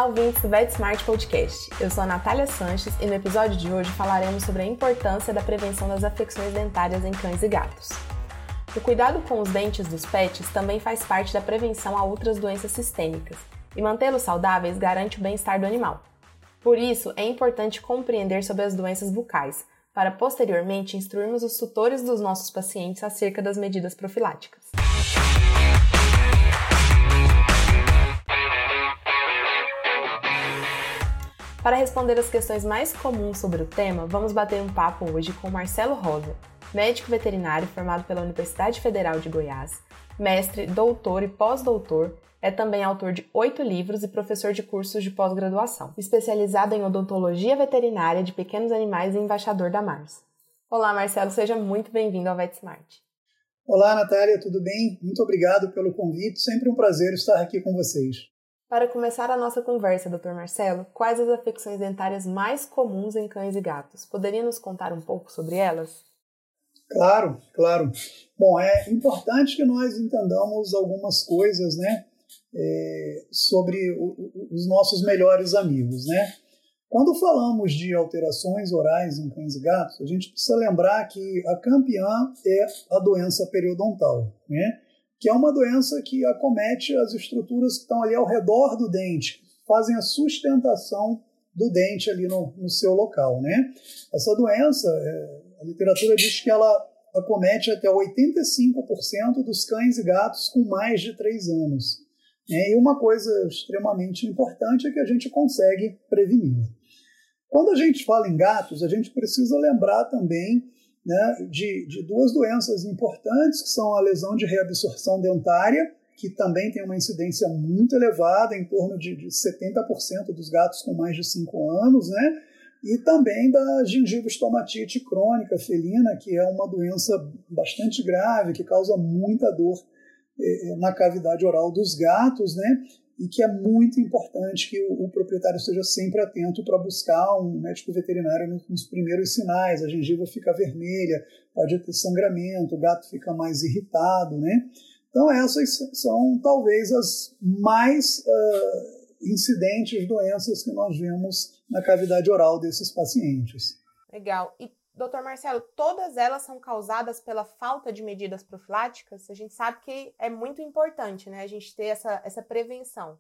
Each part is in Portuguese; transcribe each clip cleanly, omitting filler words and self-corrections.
ouvintes do VetSmart Podcast. Eu sou a Natália Sanches e no episódio de hoje falaremos sobre a importância da prevenção das afecções dentárias em cães e gatos. O cuidado com os dentes dos pets também faz parte da prevenção a outras doenças sistêmicas e mantê-los saudáveis garante o bem-estar do animal. Por isso, é importante compreender sobre as doenças bucais, para posteriormente instruirmos os tutores dos nossos pacientes acerca das medidas profiláticas. Para responder as questões mais comuns sobre o tema, vamos bater um papo hoje com Marcelo Rosa, médico veterinário formado pela Universidade Federal de Goiás, mestre, doutor e pós-doutor, é também autor de 8 livros e professor de cursos de pós-graduação, especializado em odontologia veterinária de pequenos animais e embaixador da Mars. Olá, Marcelo, seja muito bem-vindo ao VetSmart. Olá, Natália, tudo bem? Muito obrigado pelo convite, sempre um prazer estar aqui com vocês. Para começar a nossa conversa, Dr. Marcelo, quais as afecções dentárias mais comuns em cães e gatos? Poderia nos contar um pouco sobre elas? Claro. Bom, é importante que nós entendamos algumas coisas, sobre os nossos melhores amigos, Quando falamos de alterações orais em cães e gatos, a gente precisa lembrar que a campeã é a doença periodontal, que é uma doença que acomete as estruturas que estão ali ao redor do dente, fazem a sustentação do dente ali no seu local, Essa doença, a literatura diz que ela acomete até 85% dos cães e gatos com mais de 3 anos. E uma coisa extremamente importante é que a gente consegue prevenir. Quando a gente fala em gatos, a gente precisa lembrar também de 2 doenças importantes, que são a lesão de reabsorção dentária, que também tem uma incidência muito elevada, em torno de 70% dos gatos com mais de 5 anos, e também da gengivostomatite crônica felina, que é uma doença bastante grave, que causa muita dor na cavidade oral dos gatos, e que é muito importante que o proprietário esteja sempre atento para buscar um médico veterinário nos primeiros sinais. A gengiva fica vermelha, pode ter sangramento, o gato fica mais irritado, Então essas são talvez as mais incidentes doenças que nós vemos na cavidade oral desses pacientes. Legal. E, doutor Marcelo, todas elas são causadas pela falta de medidas profiláticas? A gente sabe que é muito importante, a gente ter essa prevenção.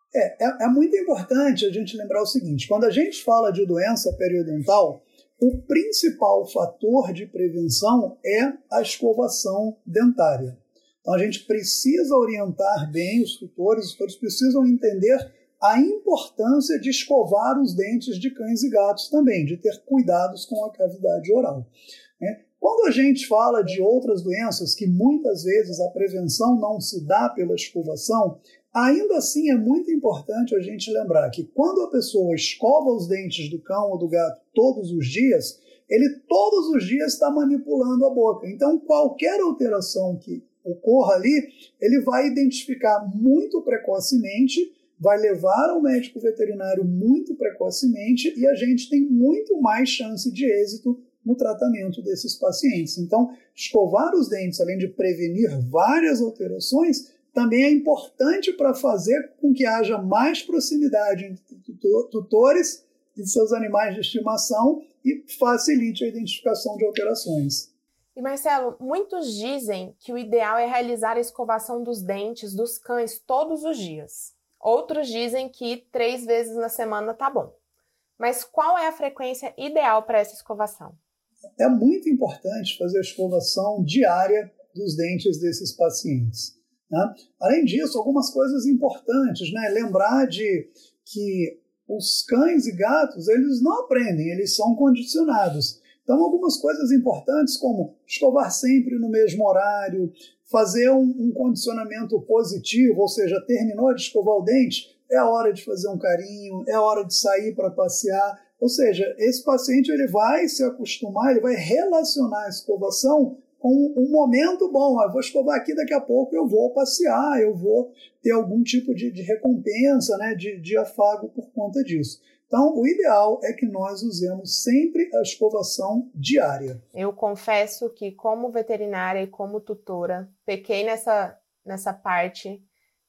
É muito importante a gente lembrar o seguinte: quando a gente fala de doença periodontal, o principal fator de prevenção é a escovação dentária. Então a gente precisa orientar bem os tutores precisam entender a importância de escovar os dentes de cães e gatos também, de ter cuidados com a cavidade oral. Quando a gente fala de outras doenças que muitas vezes a prevenção não se dá pela escovação, ainda assim é muito importante a gente lembrar que quando a pessoa escova os dentes do cão ou do gato todos os dias, ele todos os dias está manipulando a boca. Então qualquer alteração que ocorra ali, ele vai identificar muito precocemente, vai levar ao médico veterinário muito precocemente e a gente tem muito mais chance de êxito no tratamento desses pacientes. Então, escovar os dentes, além de prevenir várias alterações, também é importante para fazer com que haja mais proximidade entre tutores e seus animais de estimação e facilite a identificação de alterações. E Marcelo, muitos dizem que o ideal é realizar a escovação dos dentes dos cães todos os dias. Outros dizem que 3 vezes na semana tá bom. Mas qual é a frequência ideal para essa escovação? É muito importante fazer a escovação diária dos dentes desses pacientes. Além disso, algumas coisas importantes, lembrar de que os cães e gatos, eles não aprendem, eles são condicionados. Então, algumas coisas importantes como escovar sempre no mesmo horário, fazer um condicionamento positivo, ou seja, terminou de escovar o dente, é a hora de fazer um carinho, é a hora de sair para passear. Ou seja, esse paciente ele vai se acostumar, ele vai relacionar a escovação com um momento bom. Eu vou escovar aqui, daqui a pouco eu vou passear, eu vou ter algum tipo de recompensa, de afago por conta disso. Então, o ideal é que nós usemos sempre a escovação diária. Eu confesso que, como veterinária e como tutora, pequei nessa parte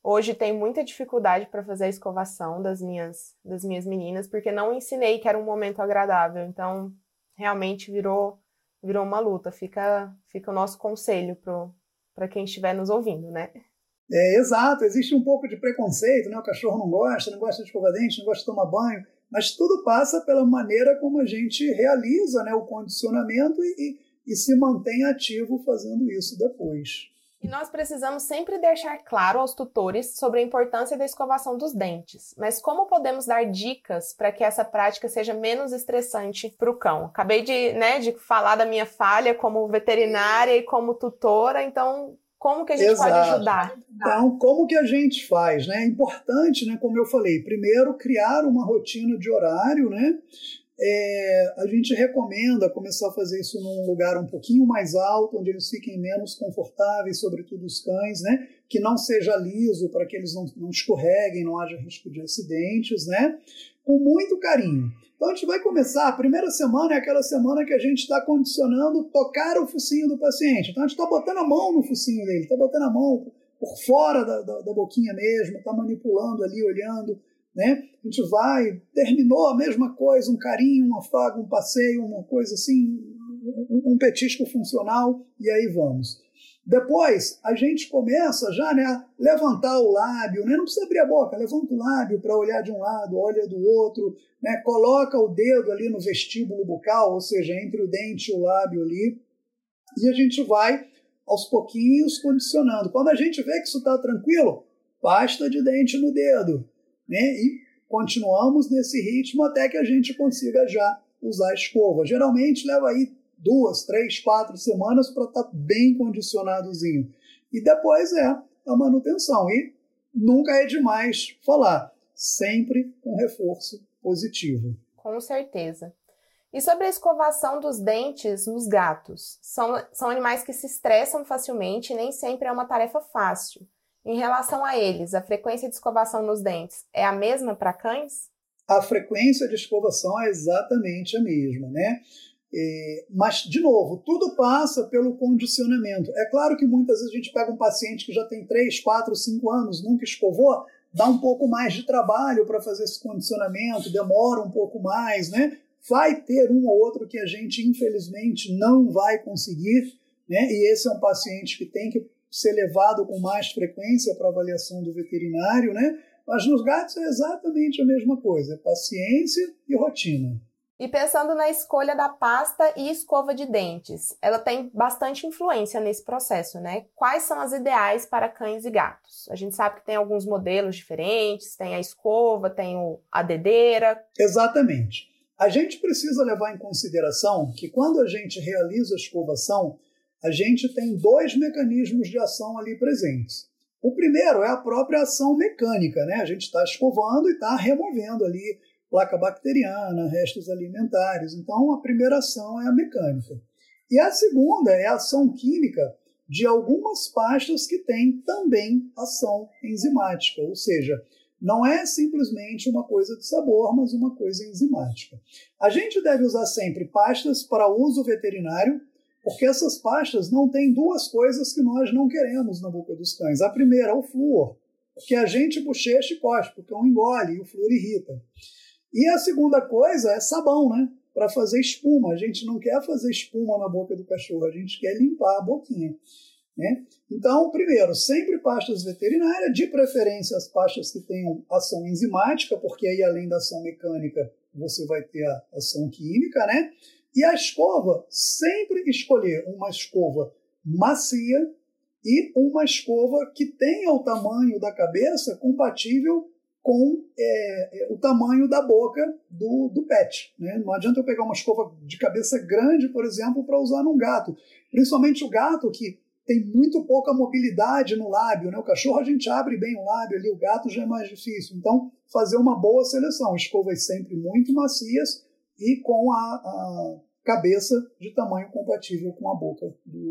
Hoje tenho muita dificuldade para fazer a escovação das minhas meninas, porque não ensinei que era um momento agradável. Então, realmente virou uma luta. Fica o nosso conselho para quem estiver nos ouvindo, né? Exato, existe um pouco de preconceito, né? O cachorro não gosta de escovar dente, não gosta de tomar banho, mas tudo passa pela maneira como a gente realiza, né, o condicionamento e se mantém ativo fazendo isso depois. E nós precisamos sempre deixar claro aos tutores sobre a importância da escovação dos dentes. Mas como podemos dar dicas para que essa prática seja menos estressante para o cão? Acabei de falar da minha falha como veterinária e como tutora, então como que a gente pode ajudar? Então, como que a gente faz? Né? É importante, né, como eu falei, primeiro criar uma rotina de horário, né? A gente recomenda começar a fazer isso num lugar um pouquinho mais alto, onde eles fiquem menos confortáveis, sobretudo os cães, né? Que não seja liso para que eles não escorreguem, não haja risco de acidentes, né? Com muito carinho. Então a gente vai começar, a primeira semana é aquela semana que a gente está condicionando tocar o focinho do paciente. Então a gente está botando a mão no focinho dele, está botando a mão por fora da boquinha mesmo, está manipulando ali, olhando, né? A gente vai, terminou a mesma coisa, um carinho, um afago, um passeio, uma coisa assim, um petisco funcional, e aí vamos. Depois, a gente começa já, né, a levantar o lábio, né? Não precisa abrir a boca, levanta o lábio para olhar de um lado, olha do outro, né? Coloca o dedo ali no vestíbulo bucal, ou seja, entre o dente e o lábio ali, e a gente vai, aos pouquinhos, condicionando. Quando a gente vê que isso está tranquilo, pasta de dente no dedo, né? E continuamos nesse ritmo até que a gente consiga já usar a escova. Geralmente leva aí 2, 3, 4 semanas para estar bem condicionadozinho. E depois a manutenção. E nunca é demais falar, sempre com reforço positivo. Com certeza. E sobre a escovação dos dentes nos gatos? São animais que se estressam facilmente e nem sempre é uma tarefa fácil. Em relação a eles, a frequência de escovação nos dentes é a mesma para cães? A frequência de escovação é exatamente a mesma, né? Mas, de novo, tudo passa pelo condicionamento. É claro que muitas vezes a gente pega um paciente que já tem 3, 4, 5 anos, nunca escovou, dá um pouco mais de trabalho para fazer esse condicionamento, demora um pouco mais, né? Vai ter um ou outro que a gente, infelizmente, não vai conseguir, né? E esse é um paciente que tem que ser levado com mais frequência para avaliação do veterinário, né? Mas nos gatos é exatamente a mesma coisa, paciência e rotina. E pensando na escolha da pasta e escova de dentes, ela tem bastante influência nesse processo, né? Quais são as ideais para cães e gatos? A gente sabe que tem alguns modelos diferentes, tem a escova, tem a dedeira. Exatamente. A gente precisa levar em consideração que quando a gente realiza a escovação, a gente tem 2 mecanismos de ação ali presentes. O primeiro é a própria ação mecânica, né? A gente está escovando e está removendo ali placa bacteriana, restos alimentares. Então, a primeira ação é a mecânica. E a segunda é a ação química de algumas pastas que têm também ação enzimática, ou seja, não é simplesmente uma coisa de sabor, mas uma coisa enzimática. A gente deve usar sempre pastas para uso veterinário, porque essas pastas não têm 2 coisas que nós não queremos na boca dos cães. A primeira é o flúor, porque a gente bochecha e cospe, porque o cão engole e o flúor irrita. E a segunda coisa é sabão, né? Para fazer espuma. A gente não quer fazer espuma na boca do cachorro, a gente quer limpar a boquinha, né? Então, primeiro, sempre pastas veterinárias, de preferência as pastas que tenham ação enzimática, porque aí além da ação mecânica você vai ter a ação química, né? E a escova, sempre escolher uma escova macia e uma escova que tenha o tamanho da cabeça compatível com o tamanho da boca do pet, né? Não adianta eu pegar uma escova de cabeça grande, por exemplo, para usar num gato. Principalmente o gato que tem muito pouca mobilidade no lábio, né? O cachorro a gente abre bem o lábio ali, o gato já é mais difícil. Então, fazer uma boa seleção. Escovas sempre muito macias e com a cabeça de tamanho compatível com a boca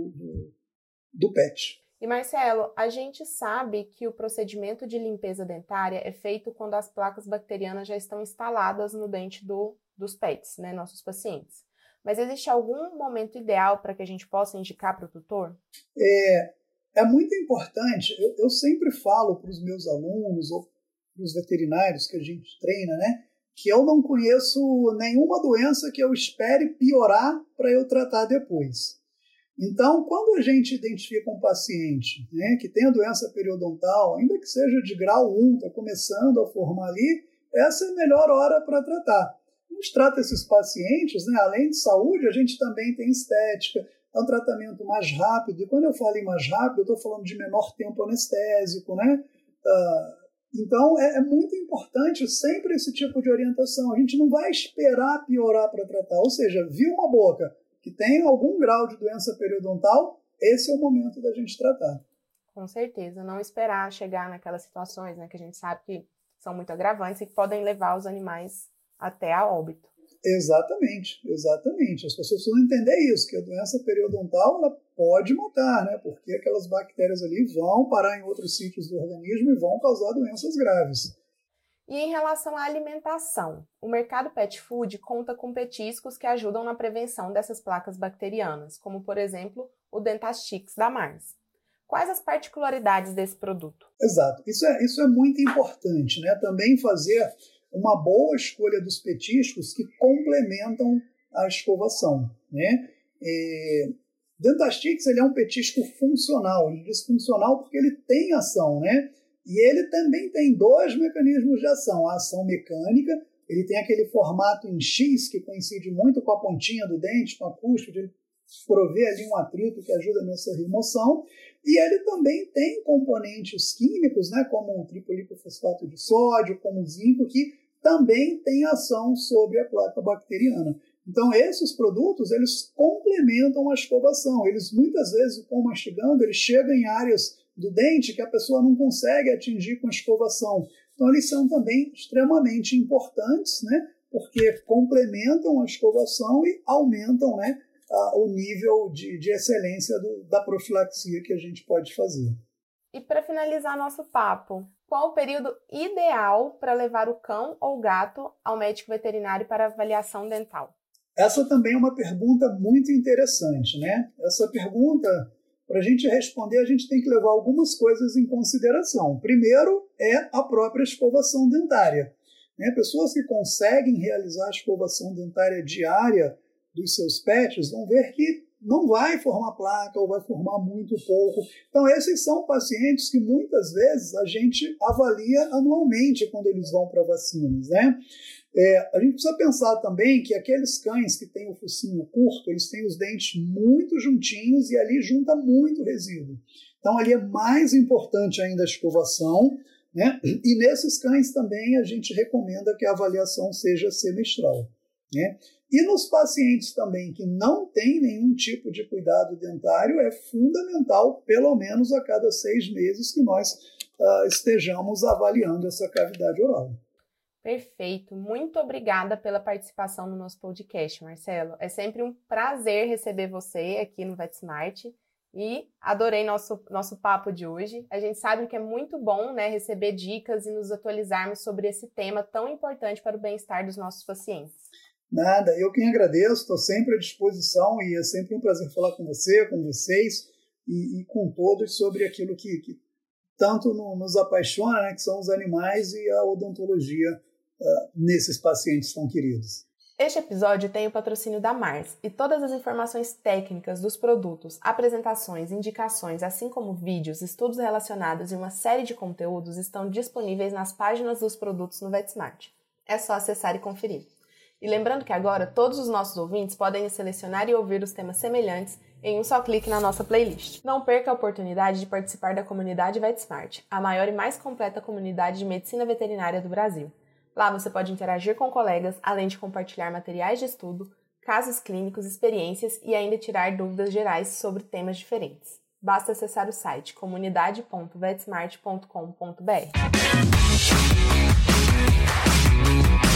do pet. E Marcelo, a gente sabe que o procedimento de limpeza dentária é feito quando as placas bacterianas já estão instaladas no dente dos pets, né, nossos pacientes. Mas existe algum momento ideal para que a gente possa indicar para o tutor? É muito importante, eu sempre falo para os meus alunos ou para os veterinários que a gente treina, né, que eu não conheço nenhuma doença que eu espere piorar para eu tratar depois. Então, quando a gente identifica um paciente, né, que tem a doença periodontal, ainda que seja de grau 1, está começando a formar ali, essa é a melhor hora para tratar. A gente trata esses pacientes, né, além de saúde, a gente também tem estética, é um tratamento mais rápido. E quando eu falo em mais rápido, eu estou falando de menor tempo anestésico, né? Então, é muito importante sempre esse tipo de orientação. A gente não vai esperar piorar para tratar. Ou seja, viu uma boca que tem algum grau de doença periodontal, esse é o momento da gente tratar. Com certeza. Não esperar chegar naquelas situações, né, que a gente sabe que são muito agravantes e que podem levar os animais até a óbito. Exatamente. As pessoas precisam entender isso, que a doença periodontal ela pode matar, né? Porque aquelas bactérias ali vão parar em outros sítios do organismo e vão causar doenças graves. E em relação à alimentação, o mercado pet food conta com petiscos que ajudam na prevenção dessas placas bacterianas, como, por exemplo, o Dentastix da Mars. Quais as particularidades desse produto? Exato. Isso é muito importante, né? Também fazer uma boa escolha dos petiscos que complementam a escovação, né? Dentastix ele é um petisco funcional. Ele diz funcional porque ele tem ação, né? E ele também tem 2 mecanismos de ação. A ação mecânica, ele tem aquele formato em X que coincide muito com a pontinha do dente, com a cúspide, ele provê ali um atrito que ajuda nessa remoção. E ele também tem componentes químicos, né, como o tripolipofosfato de sódio, como o zinco, que também tem ação sobre a placa bacteriana. Então, esses produtos, eles complementam a escovação. Eles, muitas vezes, com mastigando, eles chegam em áreas do dente que a pessoa não consegue atingir com a escovação. Então, eles são também extremamente importantes, né, porque complementam a escovação e aumentam, né, o nível de excelência da profilaxia que a gente pode fazer. E para finalizar nosso papo, qual o período ideal para levar o cão ou gato ao médico veterinário para avaliação dental? Essa também é uma pergunta muito interessante, né? Essa pergunta, para a gente responder, a gente tem que levar algumas coisas em consideração. Primeiro é a própria escovação dentária, né? Pessoas que conseguem realizar a escovação dentária diária dos seus pets vão ver que não vai formar placa ou vai formar muito pouco. Então, esses são pacientes que muitas vezes a gente avalia anualmente quando eles vão para vacinas, né? A gente precisa pensar também que aqueles cães que têm o focinho curto, eles têm os dentes muito juntinhos e ali junta muito resíduo. Então, ali é mais importante ainda a escovação, né? E nesses cães também a gente recomenda que a avaliação seja semestral, né? E nos pacientes também que não têm nenhum tipo de cuidado dentário, é fundamental, pelo menos a cada 6 meses, que nós estejamos avaliando essa cavidade oral. Perfeito. Muito obrigada pela participação no nosso podcast, Marcelo. É sempre um prazer receber você aqui no VetSmart e adorei nosso papo de hoje. A gente sabe que é muito bom, né, receber dicas e nos atualizarmos sobre esse tema tão importante para o bem-estar dos nossos pacientes. Nada, eu quem agradeço, estou sempre à disposição e é sempre um prazer falar com você, com vocês e com todos sobre aquilo que tanto nos apaixona, né, que são os animais e a odontologia nesses pacientes tão queridos. Este episódio tem o patrocínio da Mars e todas as informações técnicas dos produtos, apresentações, indicações, assim como vídeos, estudos relacionados e uma série de conteúdos estão disponíveis nas páginas dos produtos no VetSmart. É só acessar e conferir. E lembrando que agora todos os nossos ouvintes podem selecionar e ouvir os temas semelhantes em um só clique na nossa playlist. Não perca a oportunidade de participar da comunidade VetSmart, a maior e mais completa comunidade de medicina veterinária do Brasil. Lá você pode interagir com colegas, além de compartilhar materiais de estudo, casos clínicos, experiências e ainda tirar dúvidas gerais sobre temas diferentes. Basta acessar o site comunidade.vetsmart.com.br.